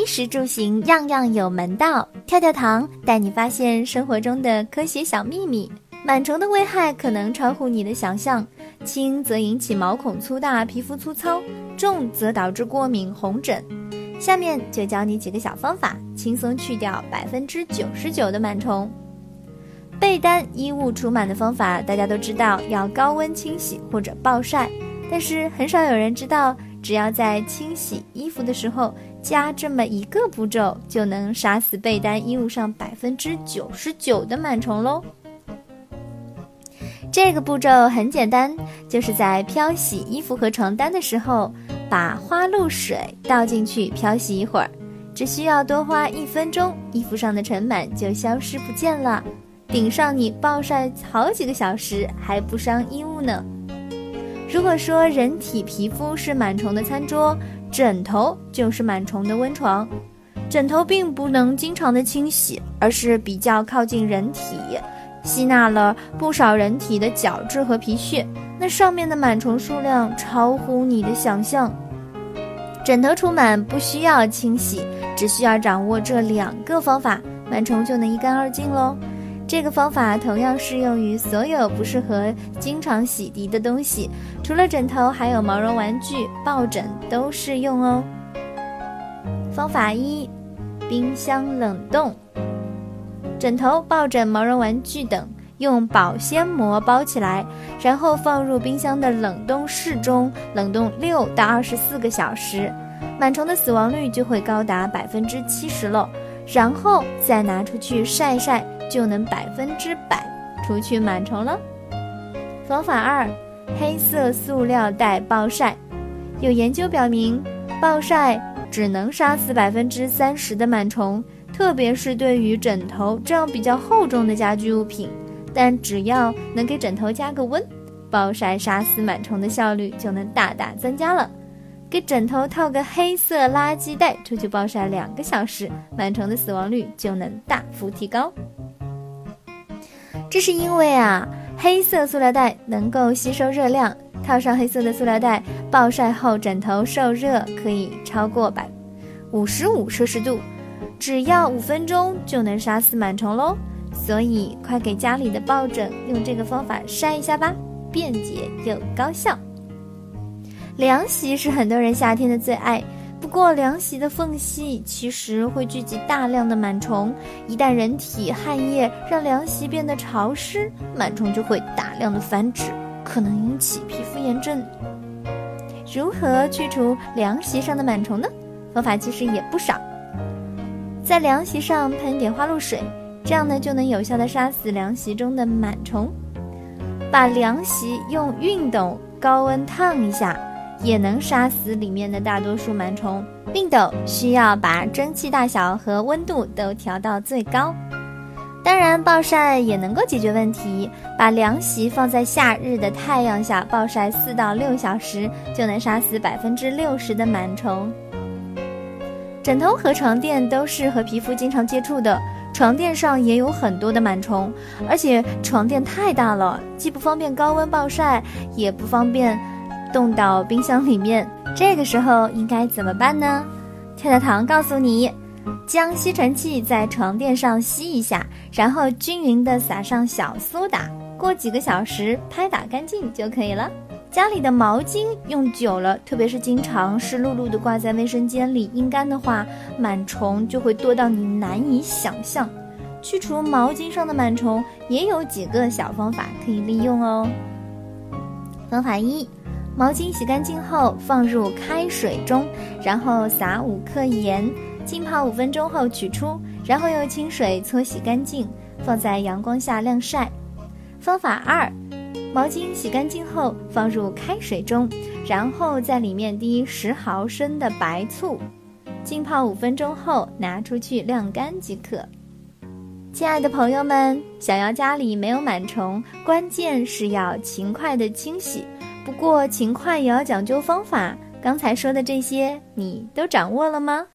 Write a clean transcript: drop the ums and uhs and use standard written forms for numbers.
衣食住行样样有门道，跳跳糖带你发现生活中的科学小秘密。螨虫的危害可能超乎你的想象，轻则引起毛孔粗大、皮肤粗糙，重则导致过敏、红疹。下面就教你几个小方法，轻松去掉99%的螨虫。被单、衣物除螨的方法大家都知道，要高温清洗或者暴晒，但是很少有人知道，只要在清洗衣服的时候加这么一个步骤，就能杀死被单衣物上99%的螨虫咯。这个步骤很简单，就是在漂洗衣服和床单的时候，把花露水倒进去漂洗一会儿，只需要多花1分钟，衣服上的尘螨就消失不见了，顶上你暴晒好几个小时还不伤衣物呢。如果说人体皮肤是螨虫的餐桌，枕头就是螨虫的温床。枕头并不能经常的清洗，而是比较靠近人体，吸纳了不少人体的角质和皮屑，那上面的螨虫数量超乎你的想象。枕头除螨不需要清洗，只需要掌握这2个方法，螨虫就能一干二净咯。这个方法同样适用于所有不适合经常洗涤的东西，除了枕头，还有毛绒玩具、抱枕都适用哦。方法1，冰箱冷冻。枕头、抱枕、毛绒玩具等用保鲜膜包起来，然后放入冰箱的冷冻室中冷冻6到24个小时，螨虫的死亡率就会高达70%了。然后再拿出去晒晒，就能100%除去螨虫了。方法2，黑色塑料袋暴晒。有研究表明，暴晒只能杀死30%的螨虫，特别是对于枕头这样比较厚重的家居物品，但只要能给枕头加个温，暴晒杀死螨虫的效率就能大大增加了。给枕头套个黑色垃圾袋，出去暴晒2个小时，螨虫的死亡率就能大幅提高。这是因为黑色塑料袋能够吸收热量，套上黑色的塑料袋，暴晒后枕头受热可以超过55摄氏度，只要5分钟就能杀死螨虫咯。所以快给家里的抱枕用这个方法晒一下吧，便捷又高效。凉席是很多人夏天的最爱，不过凉席的缝隙其实会聚集大量的螨虫，一旦人体汗液让凉席变得潮湿，螨虫就会大量的繁殖，可能引起皮肤炎症。如何去除凉席上的螨虫呢？方法其实也不少。在凉席上喷点花露水，这样呢就能有效的杀死凉席中的螨虫。把凉席用熨斗高温烫一下，也能杀死里面的大多数螨虫。熨斗需要把蒸汽大小和温度都调到最高。当然暴晒也能够解决问题，把凉席放在夏日的太阳下暴晒4到6小时，就能杀死60%的螨虫。枕头和床垫都是和皮肤经常接触的，床垫上也有很多的螨虫，而且床垫太大了，既不方便高温暴晒，也不方便冻到冰箱里面。这个时候应该怎么办呢？跳跳糖告诉你，将吸尘器在床垫上吸一下，然后均匀地撒上小苏打，过几个小时拍打干净就可以了。家里的毛巾用久了，特别是经常湿漉漉的挂在卫生间里阴干的话，螨虫就会多到你难以想象。去除毛巾上的螨虫也有几个小方法可以利用哦。方法1，毛巾洗干净后放入开水中，然后撒5克盐，浸泡5分钟后取出，然后用清水搓洗干净，放在阳光下晾晒。方法2，毛巾洗干净后放入开水中，然后在里面滴10毫升的白醋，浸泡5分钟后拿出去晾干即可。亲爱的朋友们，想要家里没有螨虫，关键是要勤快的清洗。不过勤快也要讲究方法，刚才说的这些你都掌握了吗？